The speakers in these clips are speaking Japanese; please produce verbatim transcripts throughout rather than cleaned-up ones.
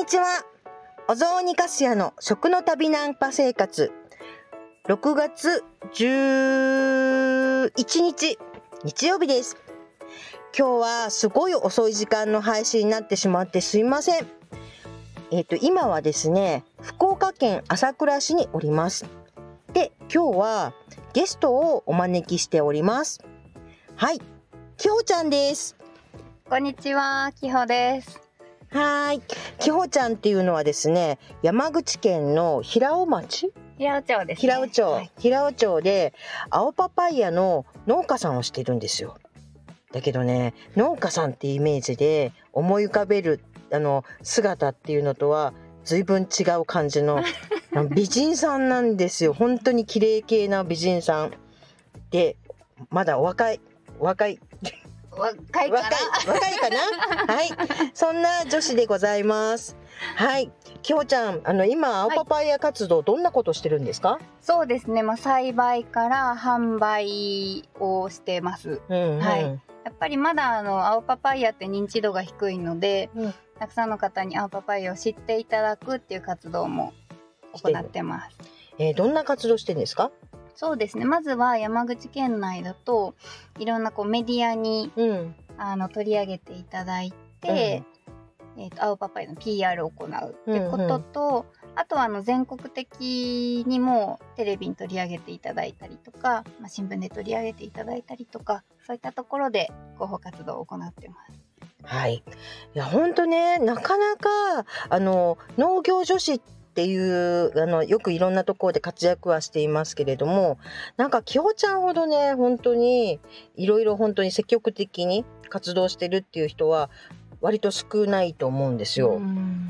にちは。お雑煮かすやの食の旅ナンパ生活、ろくがつじゅういちにち日曜日です。今日はすごい遅い時間の配信になってしまってすいません。えっと今はですね、福岡県朝倉市におります。で、今日はゲストをお招きしております。はい、きほちゃんです。 こんにちは、きほです。 はい、きほちゃんっていうのはですね、山口県の平尾町、 平尾町ですね。 平尾町、 はい、 平尾町で青パパイヤの農家さんをしてるんですよ。だけどね、農家さんってイメージで思い浮かべるあの姿っていうのとは随分違う感じの美人さんなんですよ。本当に綺麗系な美人さんで、まだお若いお若い若いかな若い若いかなはい、そんな女子でございます。はい、きほちゃん、あの今青パパイヤ活動、はい、どんなことしてるんですか？ そうですね、まあ、栽培から販売をしてます。うんうん、はい、やっぱりまだあの青パパイヤって認知度が低いので、うん、たくさんの方に青パパイヤを知っていただくっていう活動も行ってます。 えー、どんな活動してるんですか？ そうですね、まずは山口県内だといろんなこうメディアに、うん、あの取り上げていただいて、うん、えーと、青パパイヤの ピーアール を行うってことと、うんうん、あとはあの全国的にもテレビに取り上げていただいたりとか、まあ、新聞で取り上げていただいたりとか、そういったところで広報活動を行ってます。 はい、いや本当ね、なかなかあの農業女子ってっていうあのよくいろんなところで活躍はしていますけれども、なんかきほちゃんほどね、本当にいろいろ本当に積極的に活動してるっていう人は割と少ないと思うんですよ。うん、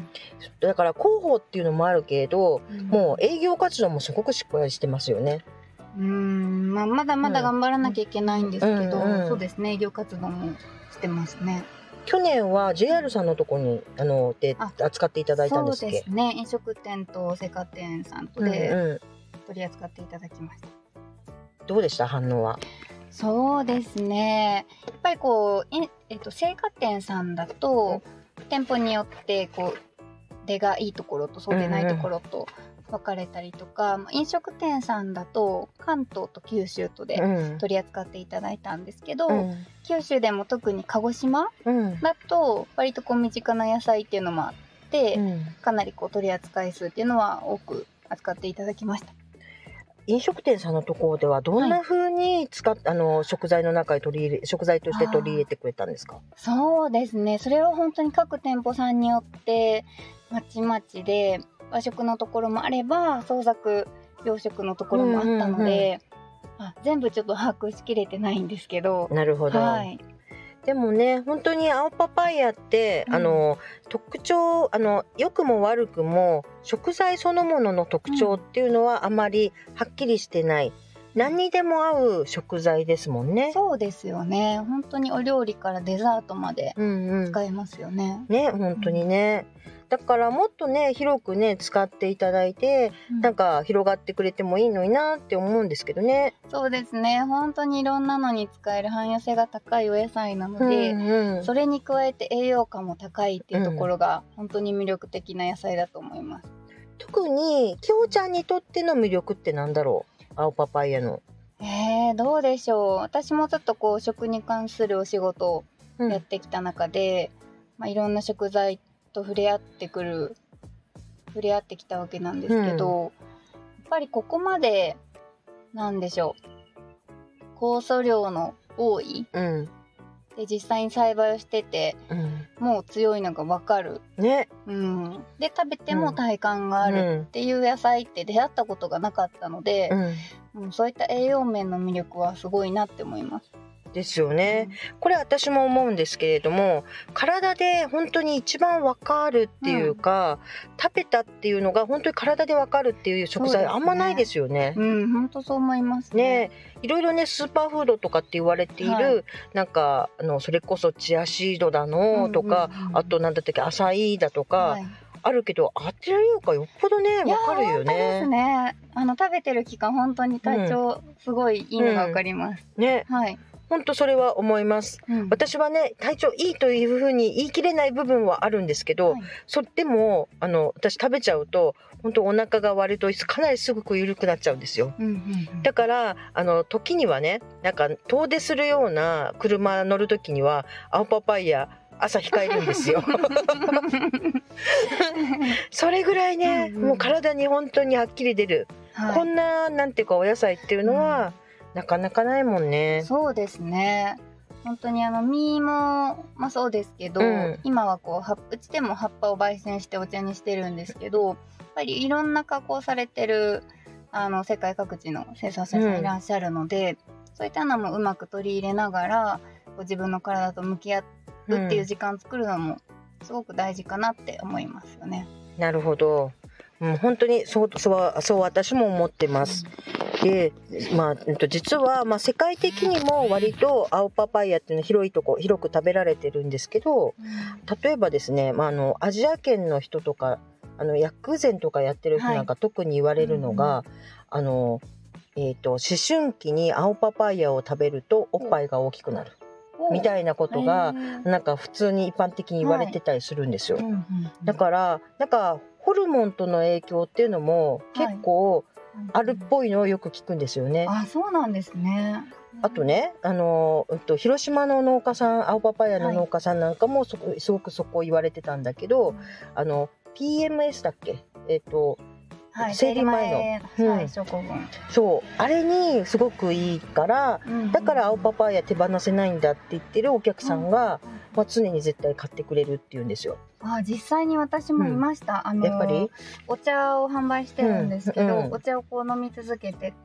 だから広報っていうのもあるけれど、うん、もう営業活動もすごくしっかりしてますよね。 うーん、まあ、まだまだ頑張らなきゃいけないんですけど、うんうんうん、そうですね、営業活動もしてますね。 去年は ジェイアール さんのとこにあので扱っていただいたんですっけ？ そうですね、飲食店と青果店さんとで取り扱っていただきました。うんうん、 どうでした反応は？ そうですね、やっぱりこう、ええっと、青果店さんだと、うん、店舗によってこう出がいいところとそうでないところと分かれたりとか、うんうん、飲食店さんだと関東と九州とで取り扱っていただいたんですけど、うん、九州でも特に鹿児島だと割とこう身近な野菜っていうのもあって、うん、かなりこう取り扱い数っていうのは多く扱っていただきました。 飲食店さんのところではどんな風に使っ、はい、あの食材の中に取り入れ食材として取り入れてくれたんですか？ そうですね、それは本当に各店舗さんによってまちまちで、和食のところもあれば創作洋食のところもあったので、うんうんうん、あ全部ちょっと把握しきれてないんですけど。 なるほど、はい、でもね、本当に青パパイヤって、うん、あの特徴、あの良くも悪くも食材そのものの特徴っていうのはあまりはっきりしてない、うん、何にでも合う食材ですもんね。 そうですよね、本当にお料理からデザートまで使えますよね。 うんうん、ね、本当にね、うん、だからもっとね広くね使っていただいて、うん、なんか広がってくれてもいいのになって思うんですけどね。 そうですね、本当にいろんなのに使える汎用性が高いお野菜なので、うんうん、それに加えて栄養価も高いっていうところが本当に魅力的な野菜だと思います。 特にきほちゃんにとっての魅力ってなんだろう、青パパイヤの。 えー、どうでしょう。私もちょっとこう食に関するお仕事をやってきた中で、うん、まあ、いろんな食材と触れ合ってくる触れ合ってきたわけなんですけど、うん、やっぱりここまでなんでしょう、酵素量の多い、うん、で実際に栽培をしてて、うん、もう強いのが分かる、ね、うん、で食べても体感があるっていう野菜って出会ったことがなかったので、うんうん、そういった栄養面の魅力はすごいなって思います。 ですよね、うん、これ私も思うんですけれども、体で本当に一番わかるっていうか、うん、食べたっていうのが本当に体でわかるっていう食材、ね、あんまないですよね。 うん、本当そう思いますね。 ね、いろいろねスーパーフードとかって言われている、はい、なんかあのそれこそチアシードだのとか、うんうんうん、あとなんだったっけアサイだとか、はい、あるけど当てるようかよっぽどねわかるよね。 いや本当ですね、あの食べてる期間本当に体調すごいいいのがわかります、 うんうん、ね、 はい、 本当それは思います、 うん、 私はね体調いいというふうに言い切れない部分はあるんですけど、はい、それでもあの私食べちゃうと本当お腹が割るとかなりすごく緩くなっちゃうんですよ、うんうんうん、だからあの時にはねなんか遠出するような車乗る時には青パパイヤ朝控えるんですよそれぐらいね、うんうん、もう体に本当にはっきり出る、はい、こんななんていうかお野菜っていうのは、うんなかなかないもんね。 そうですね。本当にあの実も、まあ、そうですけど、うん、今はこううちでも葉っぱを焙煎してお茶にしてるんですけど、やっぱりいろんな加工されてるあの世界各地の生産者さんいらっしゃるので、うん、そういったのもうまく取り入れながらこう自分の体と向き合うっていう時間を作るのもすごく大事かなって思いますよね。 うん、なるほど。うん、本当にそうそうそう私も思ってます。うん、で、まあ実はまあ世界的にも割と青パパイヤっていうのは広いとこ広く食べられてるんですけど、例えばですね、まあ、あのアジア圏の人とかあの薬膳とかやってる人なんか特に言われるのが、はい、あのえーと、思春期に青パパイヤを食べるとおっぱいが大きくなる。みたいなことがなんか普通に一般的に言われてたりするんですよ。はい、だからなんかホルモンとの影響っていうのも結構あるっぽいのをよく聞くんですよね。 はい、あ、そうなんですね。 あとね、あの、うんと、広島の農家さん、青パパイヤの農家さんなんかもそこ、すごくそこ言われてたんだけど、うん、あの ピーエムエス だっけ、えっとはい、生理前の、うん、はい、そうあれにすごくいいから、うん、だから青パパイヤ手放せないんだって言ってるお客さんが、うんまあ、常に絶対買ってくれるって言うんですよ。 あ、実際に私もいました、うん、あのやっぱりお茶を販売してるんですけど、うんうん、お茶をこう飲み続けてって、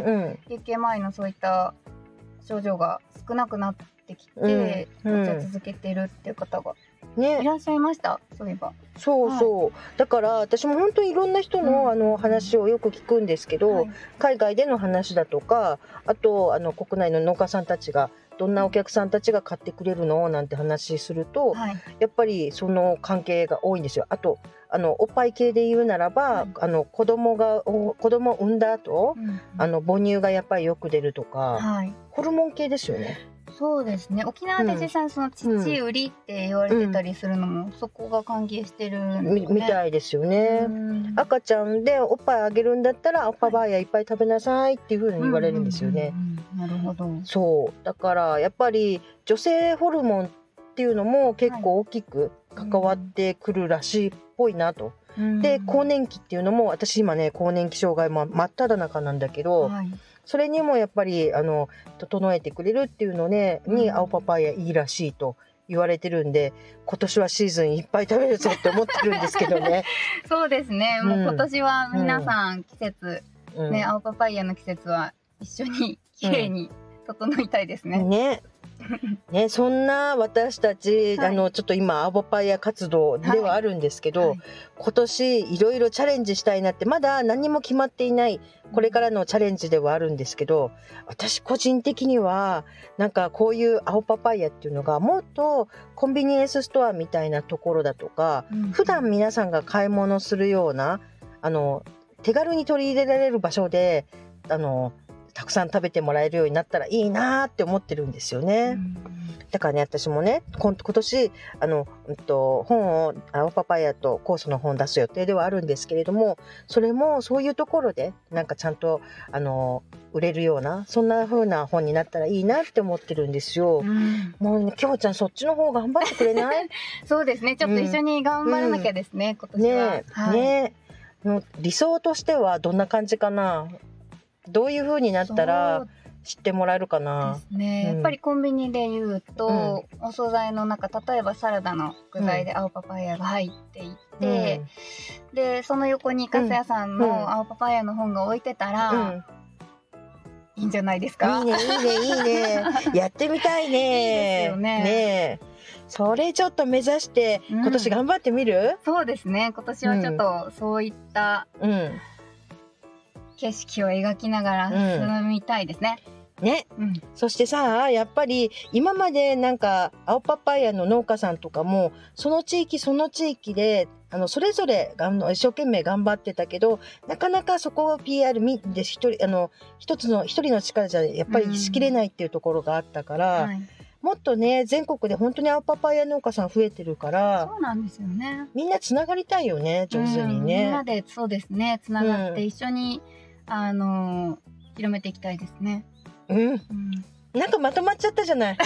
うん、月経前のそういった症状が少なくなってきて、うん、お茶続けてるっていう方がね、いらっしゃいました。そういえば。 そうそう、はい、だから私も本当にいろんな人の、うん、あの話をよく聞くんですけど、はい、海外での話だとか、あとあの国内の農家さんたちがどんなお客さんたちが買ってくれるのなんて話すると、はい、やっぱりその関係が多いんですよ。あとあのおっぱい系で言うならば、はい、あの子供が子供を産んだ後、うんうん、あの母乳がやっぱりよく出るとか、はい、ホルモン系ですよね。 そうですね。沖縄で実際その乳売りって言われてたりするのも、うん、そこが関係してるんですよね。 み, みたいですよね。赤ちゃんでおっぱいあげるんだったらおっぱいバーヤいっぱい食べなさいっていう風に言われるんですよね。 なるほど。 そうだからやっぱり女性ホルモンっていうのも結構大きく関わってくるらしいっぽいなと。はい、で更年期っていうのも私今ね更年期障害も真っ只中なんだけど、はい、それにもやっぱりあの整えてくれるっていうの、ね、に青パパイヤいいらしいと言われてるんで、今年はシーズンいっぱい食べるぞって思ってるんですけどね。 そうですね、もう今年は皆さん季節、うんね、青パパイヤの季節は一緒にきれいに整いたいですね。 うん、ねね、そんな私たち、はい、あのちょっと今青パパイヤ活動ではあるんですけど、はいはい、今年いろいろチャレンジしたいなって、まだ何も決まっていないこれからのチャレンジではあるんですけど、私個人的にはなんかこういう青パパイヤっていうのがもっとコンビニエンスストアみたいなところだとか、うん、普段皆さんが買い物するようなあの手軽に取り入れられる場所であのたくさん食べてもらえるようになったらいいなって思ってるんですよね。うん、だからね、私もね今年あの、うん、と本を青パパイヤと酵素の本を出す予定ではあるんですけれども、それもそういうところでなんかちゃんとあの売れるようなそんな風な本になったらいいなって思ってるんですよ。うん、もうね、きょうちゃんそっちの方頑張ってくれない？ そうですね、ちょっと一緒に頑張らなきゃですね、うん、今年は。 ね、はい、ね、もう理想としてはどんな感じかな。どういう風になったら知ってもらえるかな。 ですね、うん、やっぱりコンビニで言うと、うん、お惣菜の中、例えばサラダの具材で青パパイヤが入っていて、うん、でその横にカス屋さんの青パパイヤの本が置いてたら、うん、いいんじゃないですか。 いいねいいねいいねやってみたいね。 いいですよね。 ねえ、それちょっと目指して今年頑張ってみる？うん、 そうですね、今年はちょっとそういった、うん景色を描きながら進みたいですね。 うん、ね、うん、そしてさ、やっぱり今までなんか青パパイヤの農家さんとかもその地域その地域であのそれぞれあの一生懸命頑張ってたけど、なかなかそこを ピーアール みで一人あの一つの一人の力じゃやっぱりしきれないっていうところがあったから、 はい、 もっとね全国で本当に青パパイヤ農家さん増えてるから、 そうなんですよね。 みんなつながりたいよね、上手にね。 みんなでそうですね、つながって一緒に、うん、あの広めていきたいですね。 うん、うん、なんかまとまっちゃったじゃない。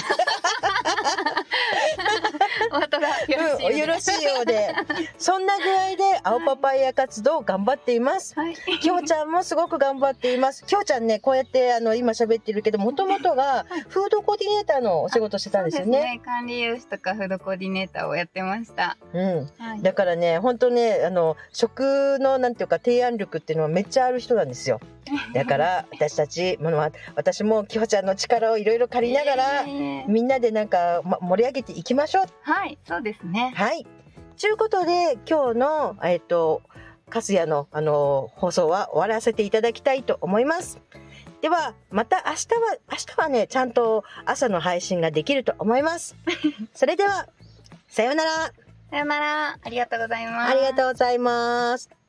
お後がよろしいようで、 うん、よろしいようでそんな具合で青パパイヤ活動頑張っています、はい、きょうちゃんもすごく頑張っています。きょうちゃんねこうやってあの今喋ってるけど、もともとがフードコーディネーターのお仕事してたんですよね。 そうですね、管理栄養士とかフードコーディネーターをやってました、 うん、 はい、 だからね本当ねあの食のなんていうか提案力っていうのはめっちゃある人なんですよ。だから私たちものは私もきほちゃんの力をいろいろ借りながら、えー、みんなでなんか、ま、盛り上げていきましょう。 はいそうですね。 はいということで今日のえっとかすやのあの放送は終わらせていただきたいと思います。ではまた明日は明日はねちゃんと朝の配信ができると思います。それではさようなら。 さようなら。ありがとうございます。 ありがとうございます。